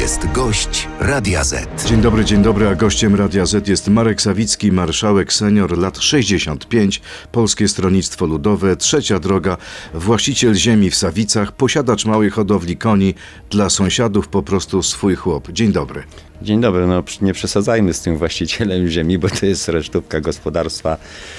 jest gość Radia Z. Dzień dobry, a gościem Radia Z jest Marek Sawicki, marszałek senior, lat 65, Polskie Stronnictwo Ludowe, Trzecia Droga, właściciel ziemi w Sawicach, posiadacz małej hodowli koni, dla sąsiadów po prostu swój chłop. Dzień dobry. Dzień dobry, no nie przesadzajmy z tym właścicielem ziemi, bo to jest resztówka gospodarstwa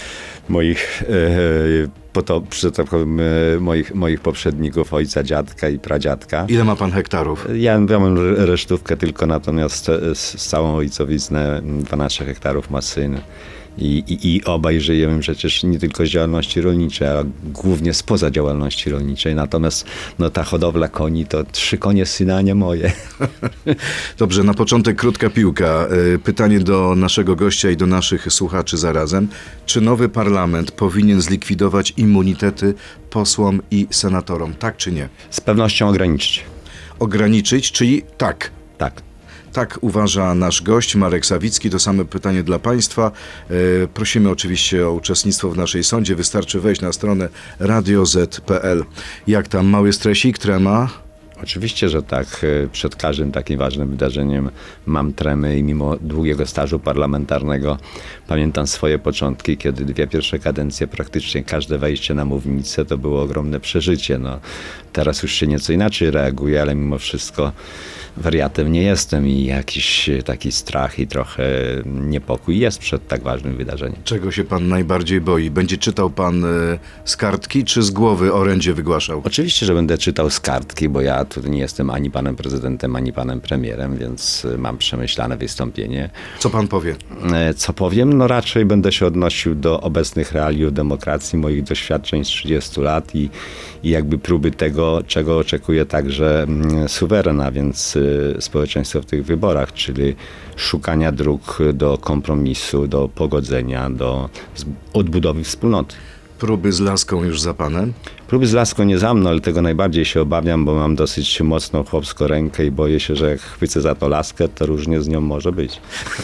moich poprzedników, ojca, dziadka i pradziadka. Ile ma pan hektarów? Ja mam resztówkę tylko, natomiast z całą ojcowiznę 12 hektarów ma syn. I obaj żyjemy przecież nie tylko z działalności rolniczej, a głównie spoza działalności rolniczej. Natomiast ta hodowla koni to 3 konie syna, a nie moje. Dobrze, na początek krótka piłka. Pytanie do naszego gościa i do naszych słuchaczy zarazem. Czy nowy parlament powinien zlikwidować immunitety posłom i senatorom? Tak czy nie? Z pewnością ograniczyć. Ograniczyć, czyli tak. Tak. Tak uważa nasz gość, Marek Sawicki. To samo pytanie dla państwa. Prosimy oczywiście o uczestnictwo w naszej sądzie. Wystarczy wejść na stronę radioz.pl. Jak tam, mały stresik, trema? Oczywiście, że tak. Przed każdym takim ważnym wydarzeniem mam tremy i mimo długiego stażu parlamentarnego pamiętam swoje początki, kiedy 2 pierwsze kadencje, praktycznie każde wejście na mównicę to było ogromne przeżycie. Teraz już się nieco inaczej reaguje, ale mimo wszystko wariatem nie jestem i jakiś taki strach i trochę niepokój jest przed tak ważnym wydarzeniem. Czego się pan najbardziej boi? Będzie czytał pan z kartki, czy z głowy orędzie wygłaszał? Oczywiście, że będę czytał z kartki, bo ja tutaj nie jestem ani panem prezydentem, ani panem premierem, więc mam przemyślane wystąpienie. Co pan powie? Co powiem? Raczej będę się odnosił do obecnych realiów demokracji, moich doświadczeń z 30 lat i jakby próby tego, czego oczekuje także suweren, a więc społeczeństwo w tych wyborach, czyli szukania dróg do kompromisu, do pogodzenia, do odbudowy wspólnoty. Próby z laską już za panem? Próby z laską nie za mną, ale tego najbardziej się obawiam, bo mam dosyć mocną chłopską rękę i boję się, że jak chwycę za to laskę, to różnie z nią może być.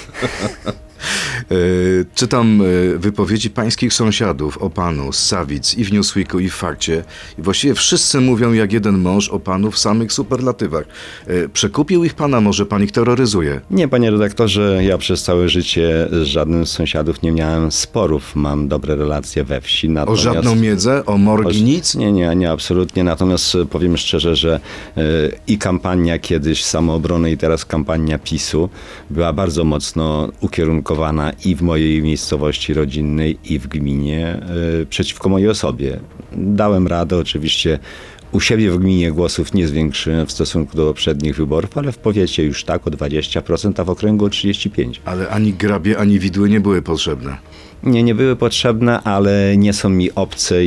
Czytam wypowiedzi pańskich sąsiadów o panu z Sawic i w Newsweeku, i w Fakcie. I właściwie wszyscy mówią jak jeden mąż o panu w samych superlatywach. Przekupił ich pana, może pan ich terroryzuje? Nie, panie redaktorze, ja przez całe życie z żadnym z sąsiadów nie miałem sporów. Mam dobre relacje we wsi. Natomiast... O żadną miedzę? O morgi nic? Nie, absolutnie. Natomiast powiem szczerze, że i kampania kiedyś samoobrony i teraz kampania PiS-u była bardzo mocno ukierunkowana i w mojej miejscowości rodzinnej, i w gminie przeciwko mojej osobie. Dałem radę, oczywiście u siebie w gminie głosów nie zwiększyłem w stosunku do poprzednich wyborów, ale w powiecie już tak o 20%, a w okręgu o 35%. Ale ani grabie, ani widły nie były potrzebne. Nie były potrzebne, ale nie są mi obce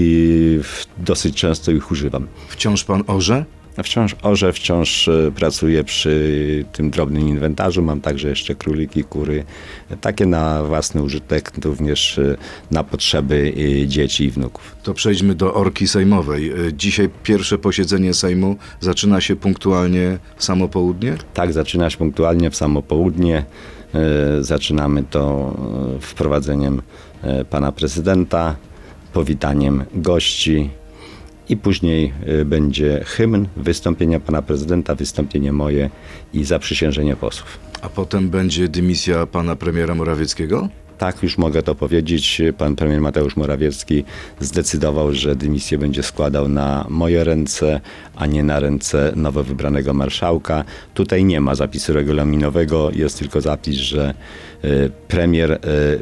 i dosyć często ich używam. Wciąż pan orze? Wciąż orze, wciąż pracuję przy tym drobnym inwentarzu. Mam także jeszcze króliki, kury, takie na własny użytek, również na potrzeby dzieci i wnuków. To przejdźmy do orki sejmowej. Dzisiaj pierwsze posiedzenie Sejmu zaczyna się punktualnie w samo południe? Tak, zaczyna się punktualnie w samo południe. Zaczynamy to wprowadzeniem pana prezydenta, powitaniem gości. I później będzie hymn, wystąpienia pana prezydenta, wystąpienie moje i zaprzysiężenie posłów. A potem będzie dymisja pana premiera Morawieckiego? Tak, już mogę to powiedzieć. Pan premier Mateusz Morawiecki zdecydował, że dymisję będzie składał na moje ręce, a nie na ręce nowo wybranego marszałka. Tutaj nie ma zapisu regulaminowego, jest tylko zapis, że premier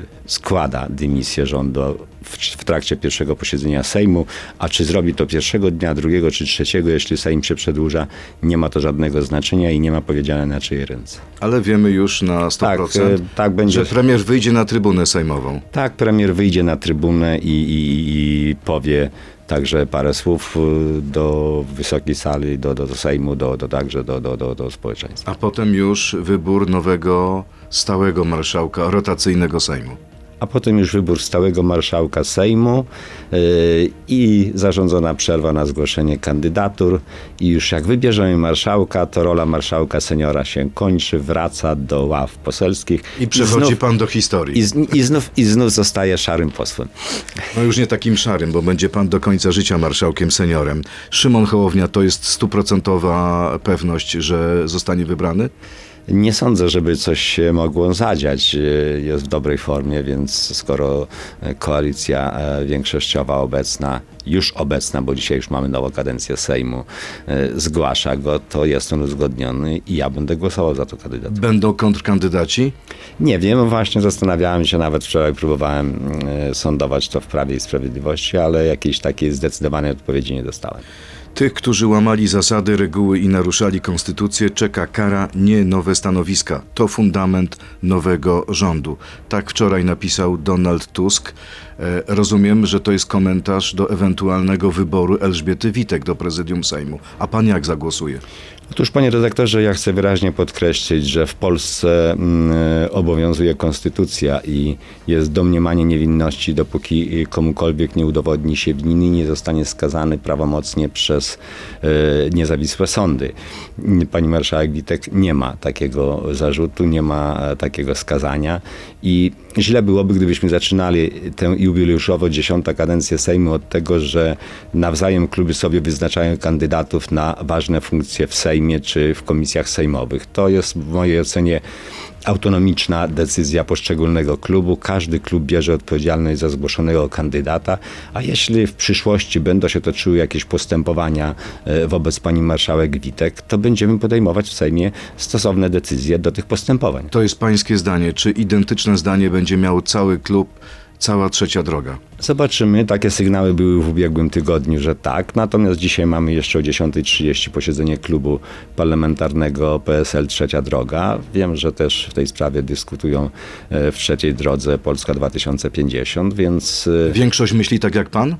składa dymisję rządu w trakcie pierwszego posiedzenia Sejmu, a czy zrobi to pierwszego dnia, drugiego czy trzeciego, jeśli Sejm się przedłuża, nie ma to żadnego znaczenia i nie ma powiedziane na czyje ręce. Ale wiemy już na 100%, tak będzie, że premier wyjdzie na trybunę sejmową. Tak, premier wyjdzie na trybunę i powie także parę słów do Wysokiej Sali, do Sejmu, także do społeczeństwa. A potem już wybór nowego stałego marszałka rotacyjnego Sejmu. a potem już wybór stałego marszałka Sejmu i zarządzona przerwa na zgłoszenie kandydatur i już jak wybierzemy marszałka, to rola marszałka seniora się kończy, wraca do ław poselskich. I przechodzi pan do historii. I znów zostaje szarym posłem. No już nie takim szarym, bo będzie pan do końca życia marszałkiem seniorem. Szymon Hołownia, to jest 100% pewność, że zostanie wybrany? Nie sądzę, żeby coś się mogło zadziać. Jest w dobrej formie, więc skoro koalicja większościowa już obecna, bo dzisiaj już mamy nową kadencję Sejmu, zgłasza go, to jest on uzgodniony i ja będę głosował za to kandydat. Będą kontrkandydaci? Nie wiem, właśnie zastanawiałem się, nawet wczoraj próbowałem sądować to w Prawie i Sprawiedliwości, ale jakiejś takiej zdecydowanej odpowiedzi nie dostałem. Tych, którzy łamali zasady, reguły i naruszali konstytucję, czeka kara, nie nowe stanowiska. To fundament nowego rządu. Tak wczoraj napisał Donald Tusk. Rozumiem, że to jest komentarz do ewentualnego wyboru Elżbiety Witek do prezydium Sejmu. A pan jak zagłosuje? Otóż, panie redaktorze, ja chcę wyraźnie podkreślić, że w Polsce obowiązuje konstytucja i jest domniemanie niewinności, dopóki komukolwiek nie udowodni się winy i nie zostanie skazany prawomocnie przez niezawisłe sądy. Pani marszałek Witek nie ma takiego zarzutu, nie ma takiego skazania i źle byłoby, gdybyśmy zaczynali tę jubileuszowo 10. kadencję Sejmu od tego, że nawzajem kluby sobie wyznaczają kandydatów na ważne funkcje w Sejmie czy w komisjach sejmowych. To jest w mojej ocenie autonomiczna decyzja poszczególnego klubu. Każdy klub bierze odpowiedzialność za zgłoszonego kandydata, a jeśli w przyszłości będą się toczyły jakieś postępowania wobec pani marszałek Witek, to będziemy podejmować w Sejmie stosowne decyzje do tych postępowań. To jest pańskie zdanie. Czy identyczne zdanie będzie miał cały klub, cała Trzecia Droga? Zobaczymy. Takie sygnały były w ubiegłym tygodniu, że tak. Natomiast dzisiaj mamy jeszcze o 10:30 posiedzenie klubu parlamentarnego PSL Trzecia Droga. Wiem, że też w tej sprawie dyskutują w Trzeciej Drodze Polska 2050, więc... Większość myśli tak jak pan?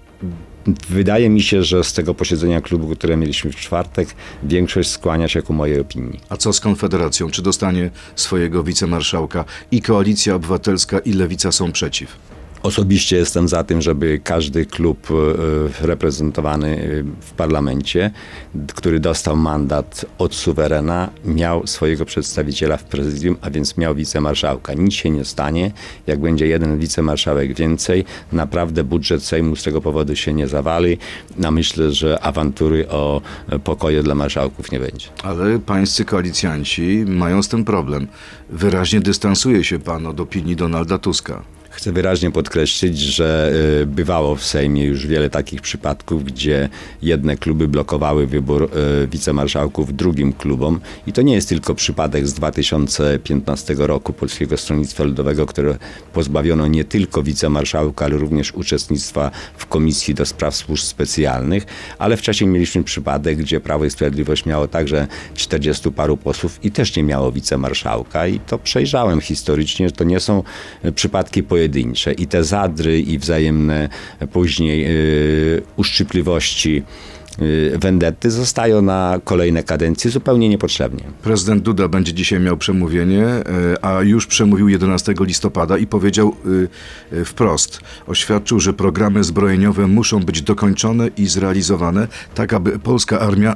Wydaje mi się, że z tego posiedzenia klubu, które mieliśmy w czwartek, większość skłania się ku mojej opinii. A co z Konfederacją? Czy dostanie swojego wicemarszałka? I Koalicja Obywatelska, i Lewica są przeciw. Osobiście jestem za tym, żeby każdy klub reprezentowany w parlamencie, który dostał mandat od suwerena, miał swojego przedstawiciela w prezydium, a więc miał wicemarszałka. Nic się nie stanie, jak będzie jeden wicemarszałek więcej. Naprawdę budżet Sejmu z tego powodu się nie zawali, a myślę, że awantury o pokoje dla marszałków nie będzie. Ale pańscy koalicjanci mają z tym problem. Wyraźnie dystansuje się pan od opinii Donalda Tuska. Chcę wyraźnie podkreślić, że bywało w Sejmie już wiele takich przypadków, gdzie jedne kluby blokowały wybór wicemarszałków drugim klubom i to nie jest tylko przypadek z 2015 roku Polskiego Stronnictwa Ludowego, które pozbawiono nie tylko wicemarszałka, ale również uczestnictwa w Komisji do Spraw Służb Specjalnych, ale wcześniej mieliśmy przypadek, gdzie Prawo i Sprawiedliwość miało także 40 paru posłów i też nie miało wicemarszałka i to przejrzałem historycznie, że to nie są przypadki pojedyncze i te zadry i wzajemne później uszczypliwości, wendety zostają na kolejne kadencje zupełnie niepotrzebnie. Prezydent Duda będzie dzisiaj miał przemówienie, a już przemówił 11 listopada i powiedział wprost, oświadczył, że programy zbrojeniowe muszą być dokończone i zrealizowane, tak aby polska armia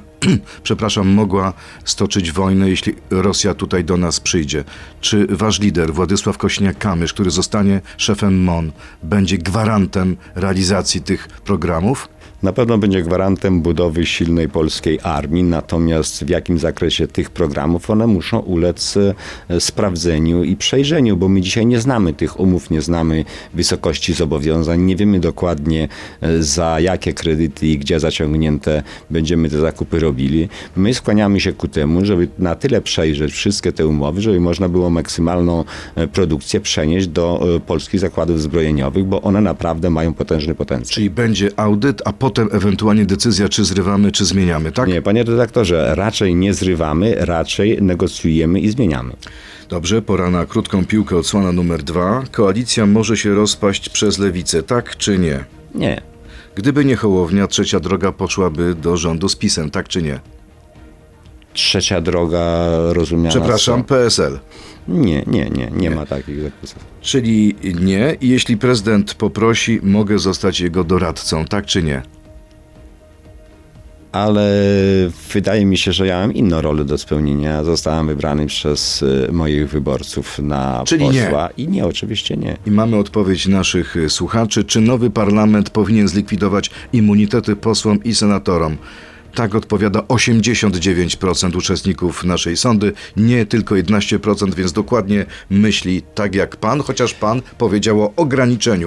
mogła stoczyć wojnę, jeśli Rosja tutaj do nas przyjdzie. Czy wasz lider Władysław Kosiniak-Kamysz, który zostanie szefem MON, będzie gwarantem realizacji tych programów? Na pewno będzie gwarantem budowy silnej polskiej armii, natomiast w jakim zakresie tych programów one muszą ulec sprawdzeniu i przejrzeniu, bo my dzisiaj nie znamy tych umów, nie znamy wysokości zobowiązań, nie wiemy dokładnie za jakie kredyty i gdzie zaciągnięte będziemy te zakupy robili. My skłaniamy się ku temu, żeby na tyle przejrzeć wszystkie te umowy, żeby można było maksymalną produkcję przenieść do polskich zakładów zbrojeniowych, bo one naprawdę mają potężny potencjał. Czyli będzie audyt, a potem ewentualnie decyzja, czy zrywamy, czy zmieniamy, tak? Nie, panie redaktorze, raczej nie zrywamy, raczej negocjujemy i zmieniamy. Dobrze, pora na krótką piłkę, odsłona numer 2. Koalicja może się rozpaść przez Lewicę, tak czy nie? Nie. Gdyby nie Hołownia, Trzecia Droga poszłaby do rządu z PiS-em, tak czy nie? Trzecia droga rozumiana... Przepraszam, PSL. Nie ma takich zapisów. Czyli nie. I jeśli prezydent poprosi, mogę zostać jego doradcą, tak czy nie? Ale wydaje mi się, że ja mam inną rolę do spełnienia. Zostałem wybrany przez moich wyborców na Czyli posła. I nie, oczywiście nie. I mamy odpowiedź naszych słuchaczy. Czy nowy parlament powinien zlikwidować immunitety posłom i senatorom? Tak odpowiada 89% uczestników naszej sądy, nie tylko 11%, więc dokładnie myśli tak jak pan, chociaż pan powiedział o ograniczeniu.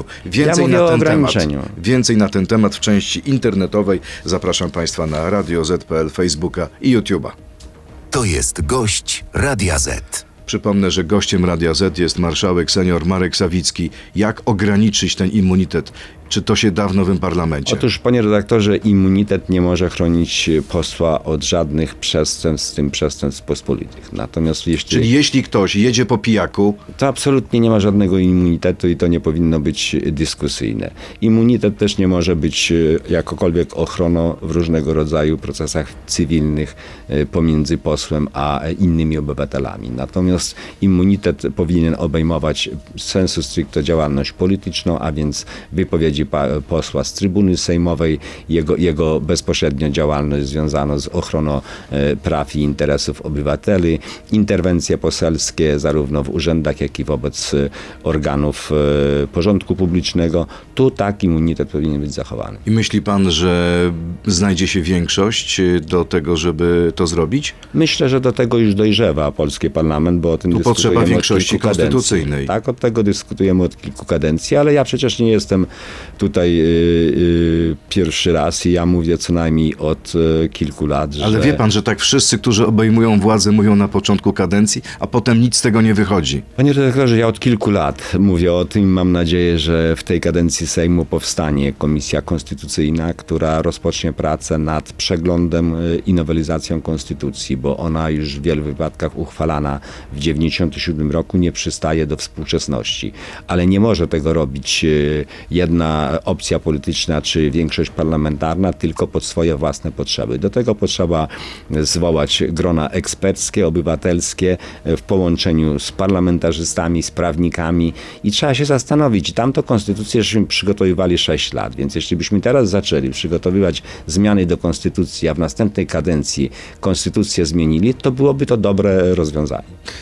Więcej na ten temat w części internetowej. Zapraszam państwa na Radio Z.pl, Facebooka i YouTube'a. To jest gość Radia Z. Przypomnę, że gościem Radia Z jest marszałek senior Marek Sawicki. Jak ograniczyć ten immunitet? Czy to się da w nowym parlamencie? Otóż, panie redaktorze, immunitet nie może chronić posła od żadnych przestępstw, w tym przestępstw pospolitych. Natomiast Czyli jeśli ktoś jedzie po pijaku... To absolutnie nie ma żadnego immunitetu i to nie powinno być dyskusyjne. Immunitet też nie może być jakokolwiek ochroną w różnego rodzaju procesach cywilnych pomiędzy posłem a innymi obywatelami. Natomiast immunitet powinien obejmować sensu stricto działalność polityczną, a więc wypowiedzi posła z trybuny sejmowej, jego bezpośrednio działalność związana z ochroną praw i interesów obywateli, interwencje poselskie zarówno w urzędach, jak i wobec organów porządku publicznego. Tu tak immunitet powinien być zachowany. I myśli pan, że znajdzie się większość do tego, żeby to zrobić? Myślę, że do tego już dojrzewa polski parlament, bo o tym dyskutujemy potrzeba większości od kilku konstytucyjnej. Kadencji. Tak, od tego dyskutujemy od kilku kadencji, ale ja przecież nie jestem tutaj pierwszy raz i ja mówię co najmniej od kilku lat, że... Ale wie pan, że tak wszyscy, którzy obejmują władzę, mówią na początku kadencji, a potem nic z tego nie wychodzi. Panie redaktorze, ja od kilku lat mówię o tym. Mam nadzieję, że w tej kadencji Sejmu powstanie Komisja Konstytucyjna, która rozpocznie pracę nad przeglądem i nowelizacją Konstytucji, bo ona już w wielu wypadkach uchwalana w 1997 roku nie przystaje do współczesności. Ale nie może tego robić jedna opcja polityczna czy większość parlamentarna tylko pod swoje własne potrzeby. Do tego potrzeba zwołać grona eksperckie, obywatelskie w połączeniu z parlamentarzystami, z prawnikami i trzeba się zastanowić. Tamto konstytucję żeśmy przygotowywali 6 lat, więc jeśli byśmy teraz zaczęli przygotowywać zmiany do konstytucji, a w następnej kadencji konstytucję zmienili, to byłoby to dobre rozwiązanie.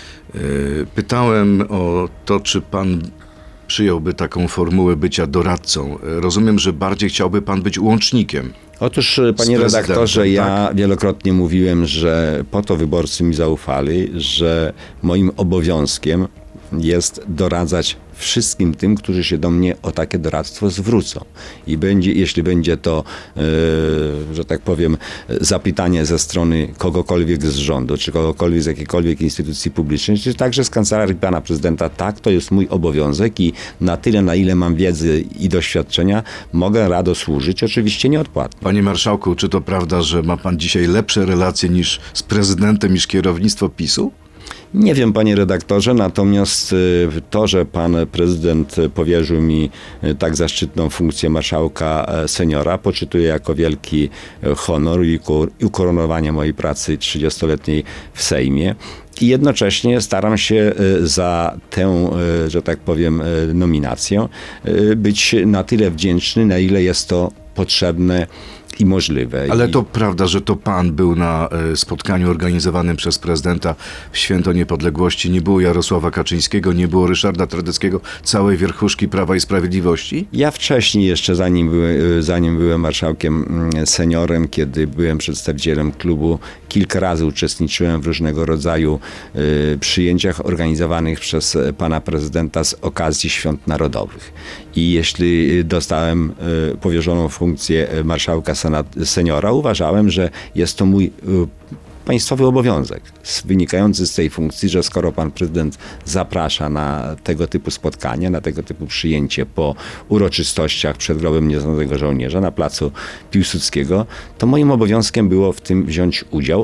Pytałem o to, czy pan przyjąłby taką formułę bycia doradcą. Rozumiem, że bardziej chciałby pan być łącznikiem. Otóż, panie redaktorze, ja wielokrotnie mówiłem, że po to wyborcy mi zaufali, że moim obowiązkiem jest doradzać wszystkim tym, którzy się do mnie o takie doradztwo zwrócą. I jeśli będzie to, że tak powiem, zapytanie ze strony kogokolwiek z rządu, czy kogokolwiek z jakiejkolwiek instytucji publicznej, czy także z kancelarii pana prezydenta, tak, to jest mój obowiązek i na tyle, na ile mam wiedzy i doświadczenia, mogę rado służyć, oczywiście nieodpłatnie. Panie marszałku, czy to prawda, że ma pan dzisiaj lepsze relacje z prezydentem niż kierownictwo PiS-u? Nie wiem, panie redaktorze, natomiast to, że pan prezydent powierzył mi tak zaszczytną funkcję marszałka seniora, poczytuję jako wielki honor i ukoronowanie mojej pracy 30-letniej w Sejmie. I jednocześnie staram się za tę, że tak powiem, nominację być na tyle wdzięczny, na ile jest to potrzebne i możliwe. Ale to prawda, że to pan był na spotkaniu organizowanym przez prezydenta w Święto Niepodległości. Nie było Jarosława Kaczyńskiego, nie było Ryszarda Terleckiego, całej wierchuszki Prawa i Sprawiedliwości? Ja wcześniej jeszcze, zanim byłem marszałkiem seniorem, kiedy byłem przedstawicielem klubu, kilka razy uczestniczyłem w różnego rodzaju przyjęciach organizowanych przez pana prezydenta z okazji Świąt Narodowych. I jeśli dostałem powierzoną funkcję marszałka seniora, uważałem, że jest to mój państwowy obowiązek wynikający z tej funkcji, że skoro pan prezydent zaprasza na tego typu spotkania, na tego typu przyjęcie po uroczystościach przed grobem Nieznanego Żołnierza na placu Piłsudskiego, to moim obowiązkiem było w tym wziąć udział.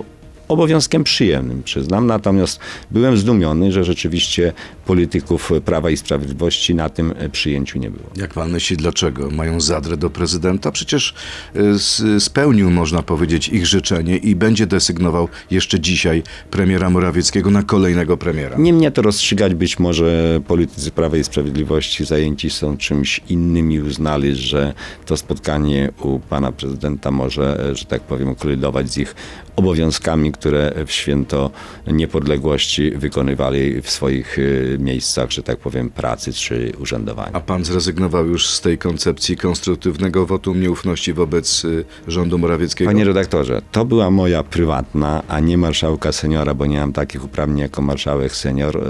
obowiązkiem przyjemnym, przyznam. Natomiast byłem zdumiony, że rzeczywiście polityków Prawa i Sprawiedliwości na tym przyjęciu nie było. Jak pan myśli, dlaczego? Mają zadrę do prezydenta? Przecież spełnił, można powiedzieć, ich życzenie i będzie desygnował jeszcze dzisiaj premiera Morawieckiego na kolejnego premiera. Nie mnie to rozstrzygać, być może politycy Prawa i Sprawiedliwości zajęci są czymś innym i uznali, że to spotkanie u pana prezydenta może, że tak powiem, kolidować z ich obowiązkami, które w święto niepodległości wykonywali w swoich miejscach, że tak powiem, pracy czy urzędowania. A pan zrezygnował już z tej koncepcji konstruktywnego wotum nieufności wobec rządu Morawieckiego? Panie redaktorze, to była moja prywatna, a nie marszałka seniora, bo nie mam takich uprawnień jako marszałek senior,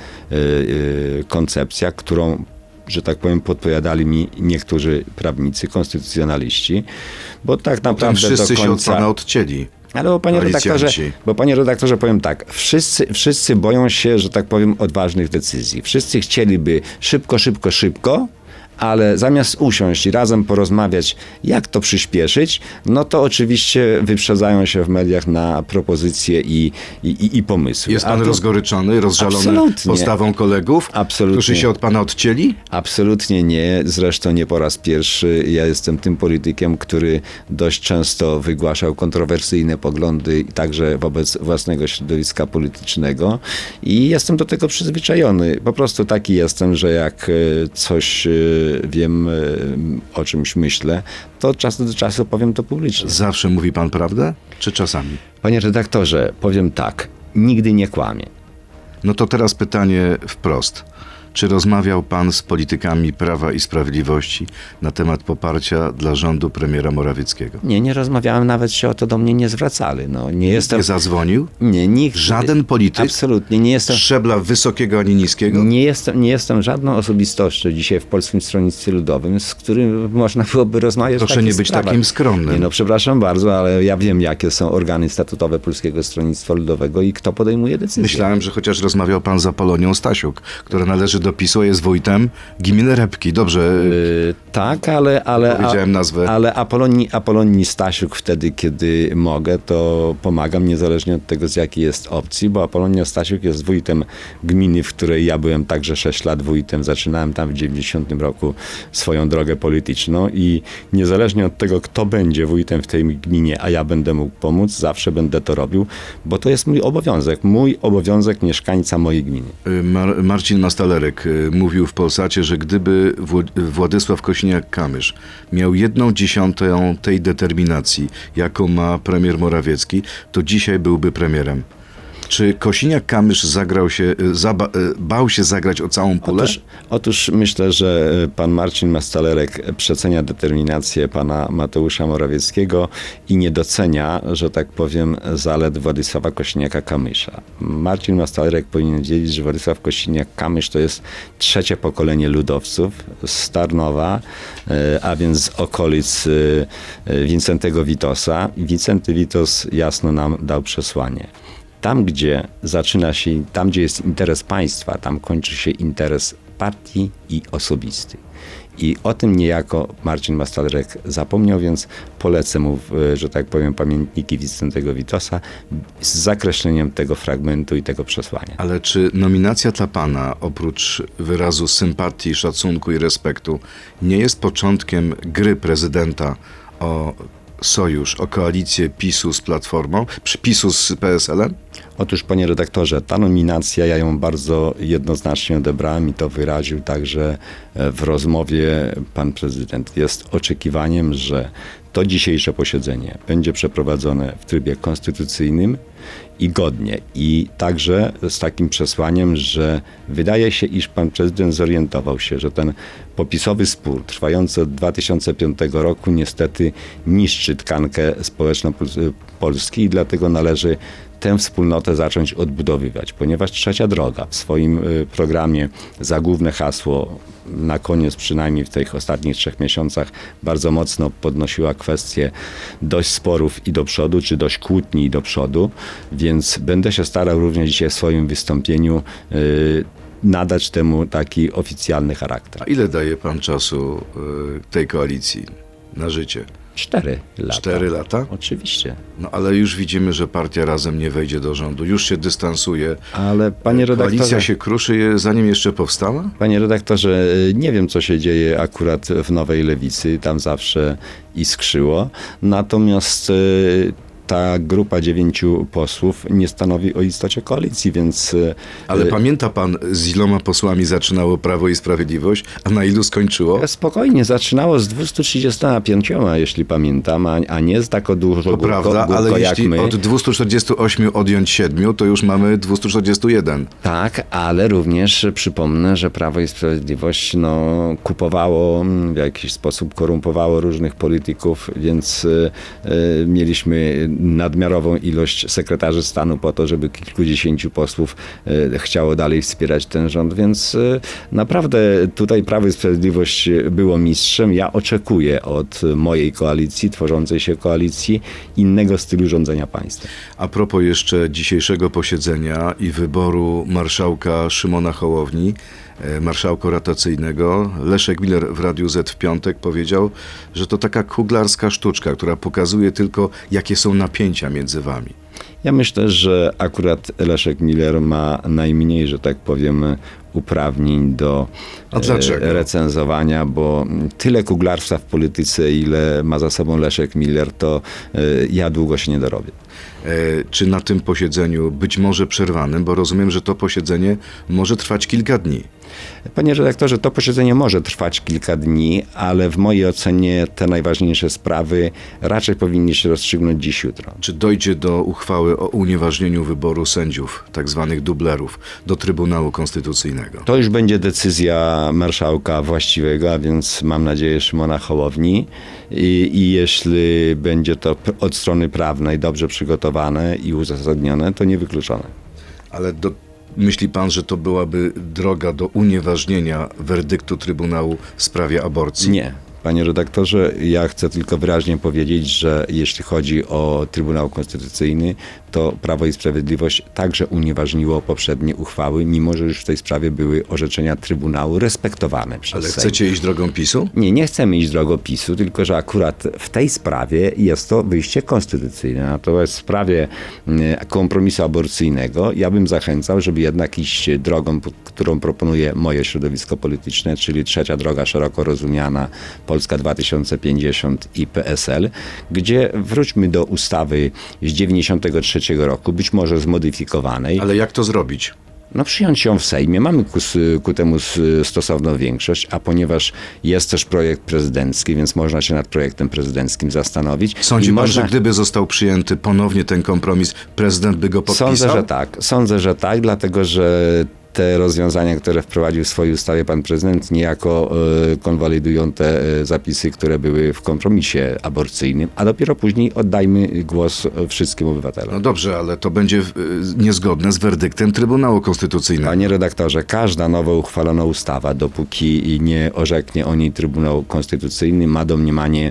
koncepcja, którą, że tak powiem, podpowiadali mi niektórzy prawnicy, konstytucjonaliści, bo tak naprawdę wszyscy do końca... się od pana odcięli. Ale panie redaktorze, powiem tak, wszyscy boją się, że tak powiem, odważnych decyzji. Wszyscy chcieliby szybko, ale zamiast usiąść i razem porozmawiać, jak to przyspieszyć, no to oczywiście wyprzedzają się w mediach na propozycje i pomysły. Jest pan rozgoryczony, rozżalony Absolutnie. postawą kolegów, Absolutnie. którzy się od pana odcięli? Absolutnie nie. Zresztą nie po raz pierwszy. Ja jestem tym politykiem, który dość często wygłaszał kontrowersyjne poglądy, także wobec własnego środowiska politycznego i jestem do tego przyzwyczajony. Po prostu taki jestem, że jak coś wiem, o czymś myślę, to od czasu do czasu powiem to publicznie. Zawsze mówi pan prawdę, czy czasami? Panie redaktorze, powiem tak, nigdy nie kłamię. No to teraz pytanie wprost. Czy rozmawiał pan z politykami Prawa i Sprawiedliwości na temat poparcia dla rządu premiera Morawieckiego? Nie rozmawiałem, nawet się o to do mnie nie zwracali. No, nie jestem... Nie zadzwonił? Nie, nikt. Żaden polityk? Absolutnie, nie jestem... Szczebla wysokiego ani niskiego? Nie jestem żadną osobistością dzisiaj w Polskim Stronnictwie Ludowym, z którym można byłoby rozmawiać. Proszę nie być takim skromnym. Nie, no przepraszam bardzo, ale ja wiem, jakie są organy statutowe Polskiego Stronnictwa Ludowego i kto podejmuje decyzje. Myślałem, że chociaż rozmawiał pan z Apolonią Stasiuk, która należy do PiS-u, jest wójtem gminy Repki. Dobrze. Tak, ale powiedziałem nazwę. Ale Apolonii Stasiuk wtedy, kiedy mogę, to pomagam, niezależnie od tego, z jakiej jest opcji, bo Apolonia Stasiuk jest wójtem gminy, w której ja byłem także 6 lat wójtem. Zaczynałem tam w 90 roku swoją drogę polityczną i niezależnie od tego, kto będzie wójtem w tej gminie, a ja będę mógł pomóc, zawsze będę to robił, bo to jest mój obowiązek mieszkańca mojej gminy. Marcin Mastalerek mówił w Polsacie, że gdyby Władysław Kosiniak-Kamysz miał 1/10 tej determinacji, jaką ma premier Morawiecki, to dzisiaj byłby premierem. Czy Kosiniak-Kamysz bał się zagrać o całą pulę? Otóż myślę, że pan Marcin Mastalerek przecenia determinację pana Mateusza Morawieckiego i nie docenia, że tak powiem, zalet Władysława Kosiniaka-Kamysza. Marcin Mastalerek powinien wiedzieć, że Władysław Kosiniak-Kamysz to jest 3. pokolenie ludowców z Tarnowa, a więc z okolic Wincentego Witosa. I Wincenty Witos jasno nam dał przesłanie. Tam, gdzie zaczyna się, tam, gdzie jest interes państwa, tam kończy się interes partii i osobisty. I o tym niejako Marcin Mastalerek zapomniał, więc polecę mu, że tak powiem, pamiętniki Wincentego Witosa z zakreśleniem tego fragmentu i tego przesłania. Ale czy nominacja dla pana, oprócz wyrazu sympatii, szacunku i respektu, nie jest początkiem gry prezydenta o sojusz, o koalicję PiS-u z Platformą, PiS-u z PSL-em? Otóż, panie redaktorze, ta nominacja, ja ją bardzo jednoznacznie odebrałem i to wyraził także w rozmowie pan prezydent. Jest oczekiwaniem, że to dzisiejsze posiedzenie będzie przeprowadzone w trybie konstytucyjnym i godnie. I także z takim przesłaniem, że wydaje się, iż pan prezydent zorientował się, że ten popisowy spór trwający od 2005 roku niestety niszczy tkankę społeczną Polski i dlatego należy tę wspólnotę zacząć odbudowywać, ponieważ Trzecia Droga w swoim programie za główne hasło, na koniec przynajmniej w tych ostatnich 3 miesiącach, bardzo mocno podnosiła kwestię dość sporów i do przodu, czy dość kłótni i do przodu, więc będę się starał również dzisiaj w swoim wystąpieniu nadać temu taki oficjalny charakter. A ile daje pan czasu tej koalicji na życie? 4 lata. 4 lata? Oczywiście. No ale już widzimy, że partia Razem nie wejdzie do rządu. Już się dystansuje. Ale panie redaktorze... Koalicja się kruszy, zanim jeszcze powstała? Panie redaktorze, nie wiem, co się dzieje akurat w Nowej Lewicy. Tam zawsze iskrzyło. Natomiast ta grupa 9 posłów nie stanowi o istocie koalicji, więc... Ale pamięta pan, z iloma posłami zaczynało Prawo i Sprawiedliwość, a na ilu skończyło? Spokojnie, zaczynało z 235, jeśli pamiętam, a nie z tak dużo To prawda, ale jak jeśli my. od 248 odjąć 7, to już mamy 241. Tak, ale również przypomnę, że Prawo i Sprawiedliwość kupowało, w jakiś sposób korumpowało różnych polityków, więc mieliśmy nadmiarową ilość sekretarzy stanu po to, żeby kilkudziesięciu posłów chciało dalej wspierać ten rząd, więc naprawdę tutaj Prawo i Sprawiedliwość było mistrzem. Ja oczekuję od mojej koalicji, tworzącej się koalicji, innego stylu rządzenia państwem. A propos jeszcze dzisiejszego posiedzenia i wyboru marszałka Szymona Hołowni, marszałka rotacyjnego, Leszek Miller w Radiu Z w piątek powiedział, że to taka kuglarska sztuczka, która pokazuje tylko, jakie są napięcia między wami. Ja myślę, że akurat Leszek Miller ma najmniej, że tak powiem, uprawnień do recenzowania, bo tyle kuglarstwa w polityce, ile ma za sobą Leszek Miller, to ja długo się nie dorobię. Czy na tym posiedzeniu, być może przerwanym, bo rozumiem, że to posiedzenie może trwać kilka dni. Panie redaktorze, to posiedzenie może trwać kilka dni, ale w mojej ocenie te najważniejsze sprawy raczej powinny się rozstrzygnąć dziś, jutro. Czy dojdzie do uchwały o unieważnieniu wyboru sędziów, tak zwanych dublerów, do Trybunału Konstytucyjnego? To już będzie decyzja marszałka właściwego, a więc mam nadzieję Szymona Hołowni. I jeśli będzie to od strony prawnej dobrze przygotowane i uzasadnione, to niewykluczone. Ale myśli pan, że to byłaby droga do unieważnienia werdyktu Trybunału w sprawie aborcji? Nie. Panie redaktorze, ja chcę tylko wyraźnie powiedzieć, że jeśli chodzi o Trybunał Konstytucyjny, to Prawo i Sprawiedliwość także unieważniło poprzednie uchwały, mimo że już w tej sprawie były orzeczenia Trybunału respektowane przez Ale Sejm. chcecie iść drogą PiS-u? Nie chcemy iść drogą PiS-u, tylko że akurat w tej sprawie jest to wyjście konstytucyjne. Natomiast w sprawie kompromisu aborcyjnego ja bym zachęcał, żeby jednak iść drogą, którą proponuje moje środowisko polityczne, czyli trzecia droga szeroko rozumiana, Polska 2050 i PSL, gdzie wróćmy do ustawy z 93 roku, być może zmodyfikowanej. Ale jak to zrobić? Przyjąć ją w Sejmie. Mamy ku temu stosowną większość, a ponieważ jest też projekt prezydencki, więc można się nad projektem prezydenckim zastanowić. Sądzi pan, że gdyby został przyjęty ponownie ten kompromis, prezydent by go podpisał? Sądzę, że tak, dlatego że te rozwiązania, które wprowadził w swojej ustawie pan prezydent, niejako konwalidują te zapisy, które były w kompromisie aborcyjnym, a dopiero później oddajmy głos wszystkim obywatelom. No dobrze, ale to będzie niezgodne z werdyktem Trybunału Konstytucyjnego. Panie redaktorze, każda nowo uchwalona ustawa, dopóki nie orzeknie o niej Trybunał Konstytucyjny, ma domniemanie,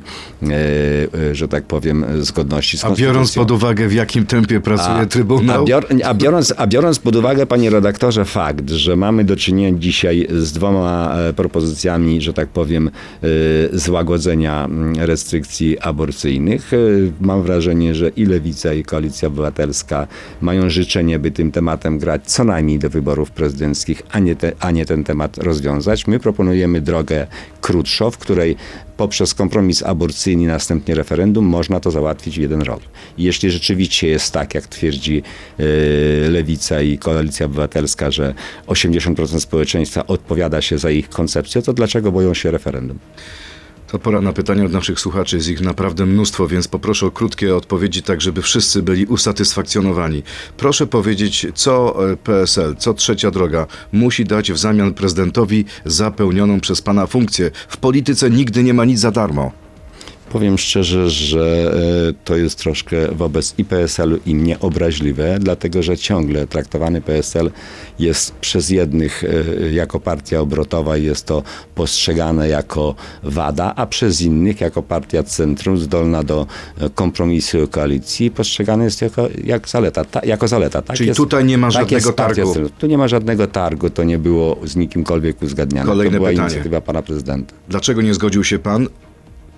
że tak powiem, zgodności z konstytucją. A biorąc pod uwagę, w jakim tempie pracuje Trybunał? Biorąc pod uwagę, panie redaktorze, fakt, że mamy do czynienia dzisiaj z 2 propozycjami, że tak powiem, złagodzenia restrykcji aborcyjnych. Mam wrażenie, że i Lewica, i Koalicja Obywatelska mają życzenie, by tym tematem grać co najmniej do wyborów prezydenckich, a nie ten temat rozwiązać. My proponujemy drogę krótszą, w której poprzez kompromis aborcyjny, następnie referendum, można to załatwić w 1 rok. I jeśli rzeczywiście jest tak, jak twierdzi Lewica i Koalicja Obywatelska, że 80% społeczeństwa odpowiada się za ich koncepcję, to dlaczego boją się referendum? To pora na pytania od naszych słuchaczy. Jest ich naprawdę mnóstwo, więc poproszę o krótkie odpowiedzi, tak żeby wszyscy byli usatysfakcjonowani. Proszę powiedzieć, co PSL, co Trzecia Droga musi dać w zamian prezydentowi za pełnioną przez pana funkcję. W polityce nigdy nie ma nic za darmo. Powiem szczerze, że to jest troszkę wobec i PSL-u i mnie obraźliwe, dlatego że ciągle traktowany PSL jest przez jednych jako partia obrotowa i jest to postrzegane jako wada, a przez innych jako partia centrum zdolna do kompromisu i koalicji postrzegane jest jako zaleta. Tak. Czyli jest, tutaj nie ma żadnego targu? Tu nie ma żadnego targu, to nie było z nikimkolwiek uzgadniane. Kolejne to była pytanie. inicjatywa pana prezydenta. Dlaczego nie zgodził się pan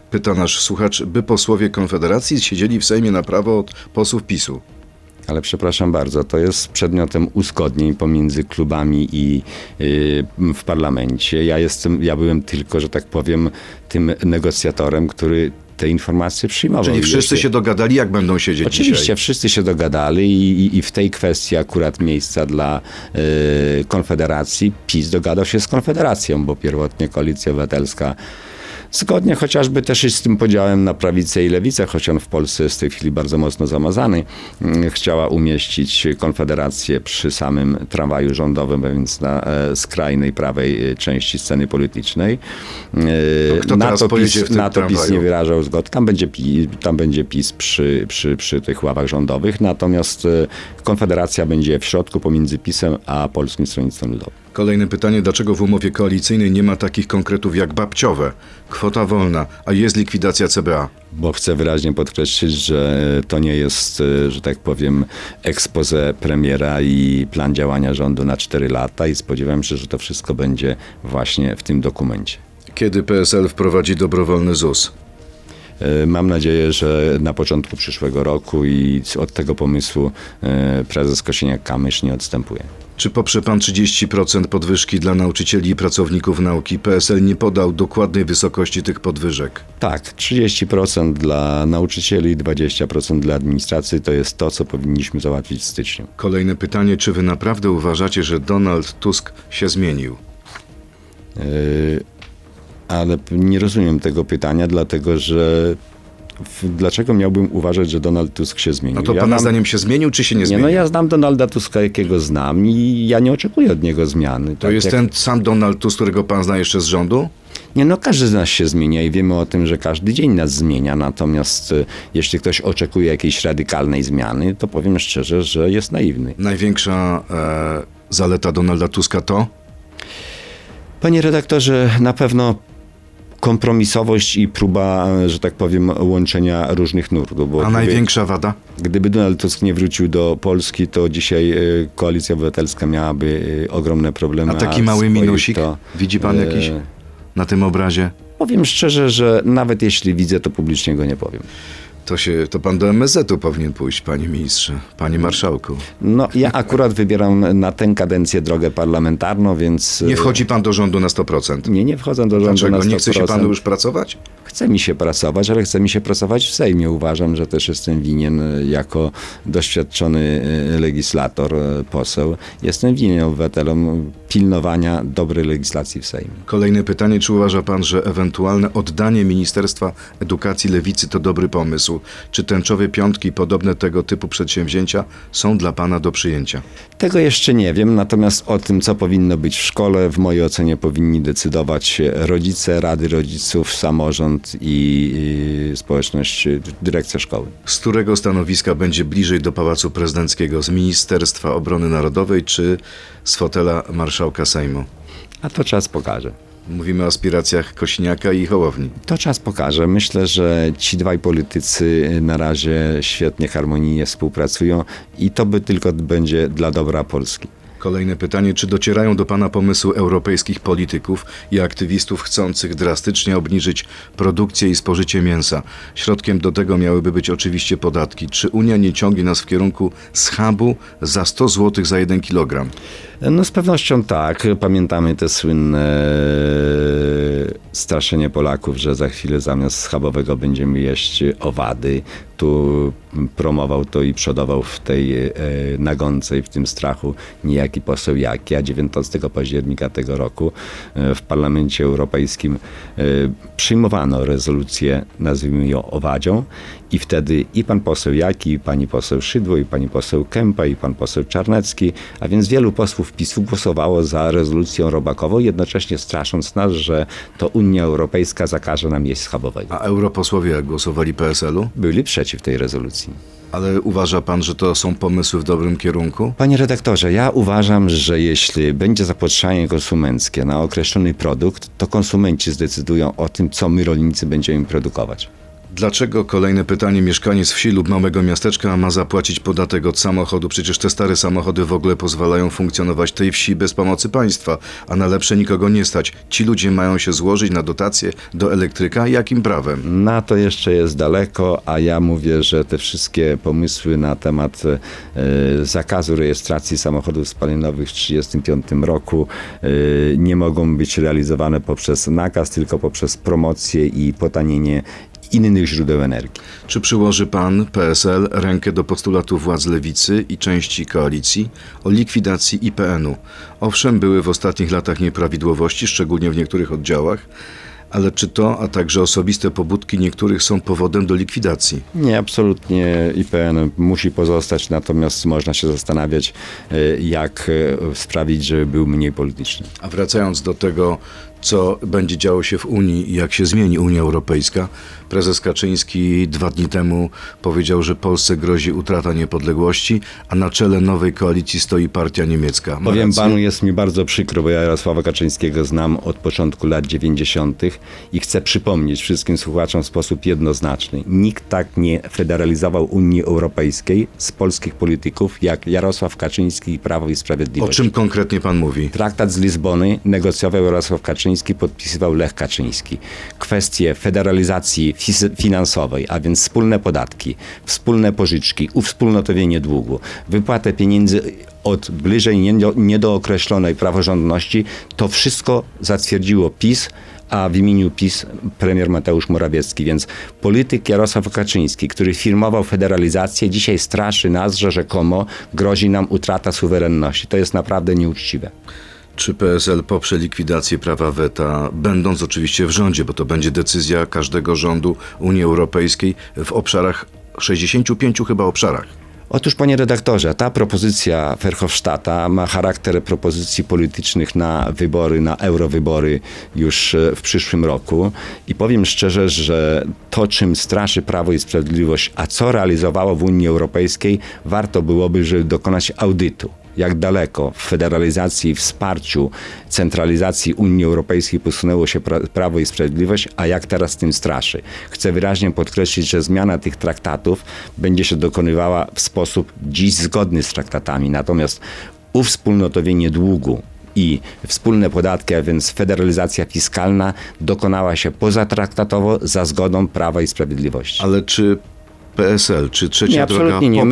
Pyta nasz słuchacz, by posłowie Konfederacji siedzieli w Sejmie na prawo od posłów PiS-u. Ale przepraszam bardzo, to jest przedmiotem uzgodnień pomiędzy klubami i w parlamencie. Ja byłem tylko, że tak powiem, tym negocjatorem, który te informacje przyjmował. Czyli wszyscy się dogadali, jak będą siedzieć Oczywiście, dzisiaj? wszyscy się dogadali i w tej kwestii akurat miejsca dla Konfederacji PiS dogadał się z Konfederacją, bo pierwotnie Koalicja Obywatelska zgodnie chociażby też z tym podziałem na prawicę i lewicę, choć on w Polsce jest w tej chwili bardzo mocno zamazany, chciała umieścić Konfederację przy samym tramwaju rządowym, więc na skrajnej prawej części sceny politycznej. Na to PiS nie wyrażał zgody. Tam będzie PiS przy tych ławach rządowych, natomiast Konfederacja będzie w środku pomiędzy PiS-em a Polskim Stronnictwem Ludowym. Kolejne pytanie, dlaczego w umowie koalicyjnej nie ma takich konkretów jak babciowe, kwota wolna, a jest likwidacja CBA? Bo chcę wyraźnie podkreślić, że to nie jest, że tak powiem, expose premiera i plan działania rządu na 4 lata i spodziewam się, że to wszystko będzie właśnie w tym dokumencie. Kiedy PSL wprowadzi dobrowolny ZUS? Mam nadzieję, że na początku przyszłego roku i od tego pomysłu prezes Kosiniak-Kamysz nie odstępuje. Czy poprze pan 30% podwyżki dla nauczycieli i pracowników nauki? PSL nie podał dokładnej wysokości tych podwyżek. Tak, 30% dla nauczycieli, 20% dla administracji to jest to, co powinniśmy załatwić w styczniu. Kolejne pytanie, czy wy naprawdę uważacie, że Donald Tusk się zmienił? Ale nie rozumiem tego pytania, dlatego że dlaczego miałbym uważać, że Donald Tusk się zmienił? No to pana zdaniem się zmienił, czy się nie zmienił? No ja znam Donalda Tuska, jakiego znam i ja nie oczekuję od niego zmiany. To jest ten sam Donald Tusk, którego pan zna jeszcze z rządu? Nie, no każdy z nas się zmienia i wiemy o tym, że każdy dzień nas zmienia, natomiast jeśli ktoś oczekuje jakiejś radykalnej zmiany, to powiem szczerze, że jest naiwny. Największa zaleta Donalda Tuska to? Panie redaktorze, na pewno kompromisowość i próba, że tak powiem, łączenia różnych nurtów. Bo największa wada? Gdyby Donald Tusk nie wrócił do Polski, to dzisiaj Koalicja Obywatelska miałaby ogromne problemy. A taki mały minusik? Widzi pan jakiś na tym obrazie? Powiem szczerze, że nawet jeśli widzę, to publicznie go nie powiem. To pan do MSZ-u powinien pójść, panie ministrze, panie marszałku. No ja akurat wybieram na tę kadencję drogę parlamentarną, więc... Nie wchodzi pan do rządu na 100%? Nie wchodzę do rządu Dlaczego? na 100%. Nie chce się panu już pracować? Chce mi się pracować, ale chce mi się pracować w Sejmie. Uważam, że też jestem winien jako doświadczony legislator, poseł. Jestem winien obywatelom pilnowania dobrej legislacji w Sejmie. Kolejne pytanie, czy uważa pan, że ewentualne oddanie Ministerstwa Edukacji Lewicy to dobry pomysł? Czy tęczowe piątki i podobne tego typu przedsięwzięcia są dla pana do przyjęcia? Tego jeszcze nie wiem, natomiast o tym, co powinno być w szkole, w mojej ocenie powinni decydować rodzice, rady rodziców, samorząd i społeczność, dyrekcja szkoły. Z którego stanowiska będzie bliżej do Pałacu Prezydenckiego? Z Ministerstwa Obrony Narodowej czy z fotela marszałka Sejmu? A to czas pokaże. Mówimy o aspiracjach Kosiniaka i Hołowni. To czas pokaże. Myślę, że ci dwaj politycy na razie świetnie, harmonijnie współpracują i to tylko będzie dla dobra Polski. Kolejne pytanie, czy docierają do pana pomysły europejskich polityków i aktywistów chcących drastycznie obniżyć produkcję i spożycie mięsa? Środkiem do tego miałyby być oczywiście podatki. Czy Unia nie ciągnie nas w kierunku schabu za 100 zł za 1 kilogram? No z pewnością tak. Pamiętamy te słynne straszenie Polaków, że za chwilę zamiast schabowego będziemy jeść owady. Tu promował to i przodował w tej nagonce i w tym strachu niejaki poseł Jaki, a 19 października tego roku w Parlamencie Europejskim przyjmowano rezolucję, nazwijmy ją owadzią, i wtedy i pan poseł Jaki, i pani poseł Szydło, i pani poseł Kępa, i pan poseł Czarnecki, a więc wielu posłów PiS-u głosowało za rezolucją robakową, jednocześnie strasząc nas, że to Unia Europejska zakaże nam jeść schabowego. A europosłowie jak głosowali PSL-u? Byli przeciw tej rezolucji. Ale uważa pan, że to są pomysły w dobrym kierunku? Panie redaktorze, ja uważam, że jeśli będzie zapotrzebowanie konsumenckie na określony produkt, to konsumenci zdecydują o tym, co my rolnicy będziemy produkować. Dlaczego, kolejne pytanie, mieszkaniec wsi lub małego miasteczka ma zapłacić podatek od samochodu? Przecież te stare samochody w ogóle pozwalają funkcjonować tej wsi bez pomocy państwa, a na lepsze nikogo nie stać. Ci ludzie mają się złożyć na dotacje do elektryka? Jakim prawem? Na to jeszcze jest daleko, a ja mówię, że te wszystkie pomysły na temat zakazu rejestracji samochodów spalinowych w 1935 roku nie mogą być realizowane poprzez nakaz, tylko poprzez promocję i potanienie innych źródeł energii. Czy przyłoży pan, PSL, rękę do postulatu władz lewicy i części koalicji o likwidacji IPN-u? Owszem, były w ostatnich latach nieprawidłowości, szczególnie w niektórych oddziałach, ale czy to, a także osobiste pobudki niektórych są powodem do likwidacji? Nie, absolutnie IPN musi pozostać, natomiast można się zastanawiać, jak sprawić, żeby był mniej polityczny. A wracając do tego, co będzie działo się w Unii i jak się zmieni Unia Europejska, prezes Kaczyński 2 dni temu powiedział, że Polsce grozi utrata niepodległości, a na czele nowej koalicji stoi partia niemiecka. Powiem panu, jest mi bardzo przykro, bo ja Jarosława Kaczyńskiego znam od początku lat 90. i chcę przypomnieć wszystkim słuchaczom w sposób jednoznaczny. Nikt tak nie federalizował Unii Europejskiej z polskich polityków jak Jarosław Kaczyński i Prawo i Sprawiedliwość. O czym konkretnie pan mówi? Traktat z Lizbony negocjował Jarosław Kaczyński, podpisywał Lech Kaczyński. Kwestie federalizacji finansowej, a więc wspólne podatki, wspólne pożyczki, uwspólnotowienie długu, wypłatę pieniędzy od bliżej niedookreślonej praworządności, to wszystko zatwierdziło PiS, a w imieniu PiS premier Mateusz Morawiecki. Więc polityk Jarosław Kaczyński, który firmował federalizację, dzisiaj straszy nas, że rzekomo grozi nam utrata suwerenności. To jest naprawdę nieuczciwe. Czy PSL poprze likwidację prawa weta, będąc oczywiście w rządzie, bo to będzie decyzja każdego rządu Unii Europejskiej w obszarach, 65 chyba obszarach? Otóż, panie redaktorze, ta propozycja Verhofstadta ma charakter propozycji politycznych na wybory, na eurowybory już w przyszłym roku i powiem szczerze, że to, czym straszy Prawo i Sprawiedliwość, a co realizowało w Unii Europejskiej, warto byłoby, żeby dokonać audytu. Jak daleko w federalizacji, wsparciu, centralizacji Unii Europejskiej posunęło się Prawo i Sprawiedliwość, a jak teraz tym straszy. Chcę wyraźnie podkreślić, że zmiana tych traktatów będzie się dokonywała w sposób dziś zgodny z traktatami. Natomiast uwspólnotowienie długu i wspólne podatki, a więc federalizacja fiskalna dokonała się pozatraktatowo za zgodą Prawa i Sprawiedliwości. Ale czy PSL, czy Trzecia Droga absolutnie nie.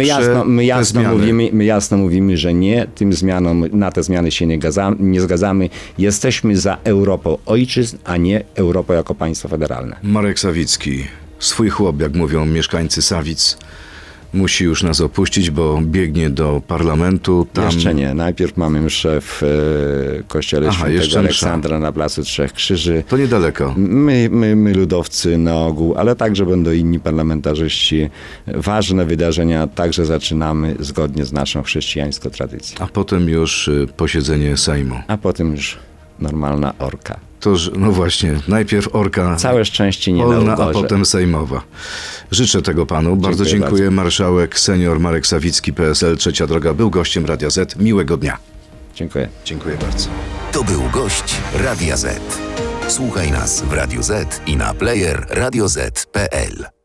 My jasno mówimy, że nie. Tym zmianom, na te zmiany się nie zgadzamy. Jesteśmy za Europą ojczyzn, a nie Europą jako państwo federalne. Marek Sawicki, swój chłop, jak mówią mieszkańcy Sawic, musi już nas opuścić, bo biegnie do parlamentu. Tam... Jeszcze nie. Najpierw mamy mszę w kościele Świętego Aleksandra na Placu Trzech Krzyży. To niedaleko. My ludowcy na ogół, ale także będą inni parlamentarzyści. Ważne wydarzenia także zaczynamy zgodnie z naszą chrześcijańską tradycją. A potem już posiedzenie Sejmu. A potem już normalna orka. To, no właśnie, najpierw orka całe szczęście nie polna, a potem sejmowa. Życzę tego panu. Bardzo dziękuję. Marszałek senior Marek Sawicki, PSL, Trzecia Droga, był gościem Radia Z. Miłego dnia. Dziękuję. Dziękuję bardzo. To był gość Radia Z. Słuchaj nas w Radio Z i na player radioz.pl.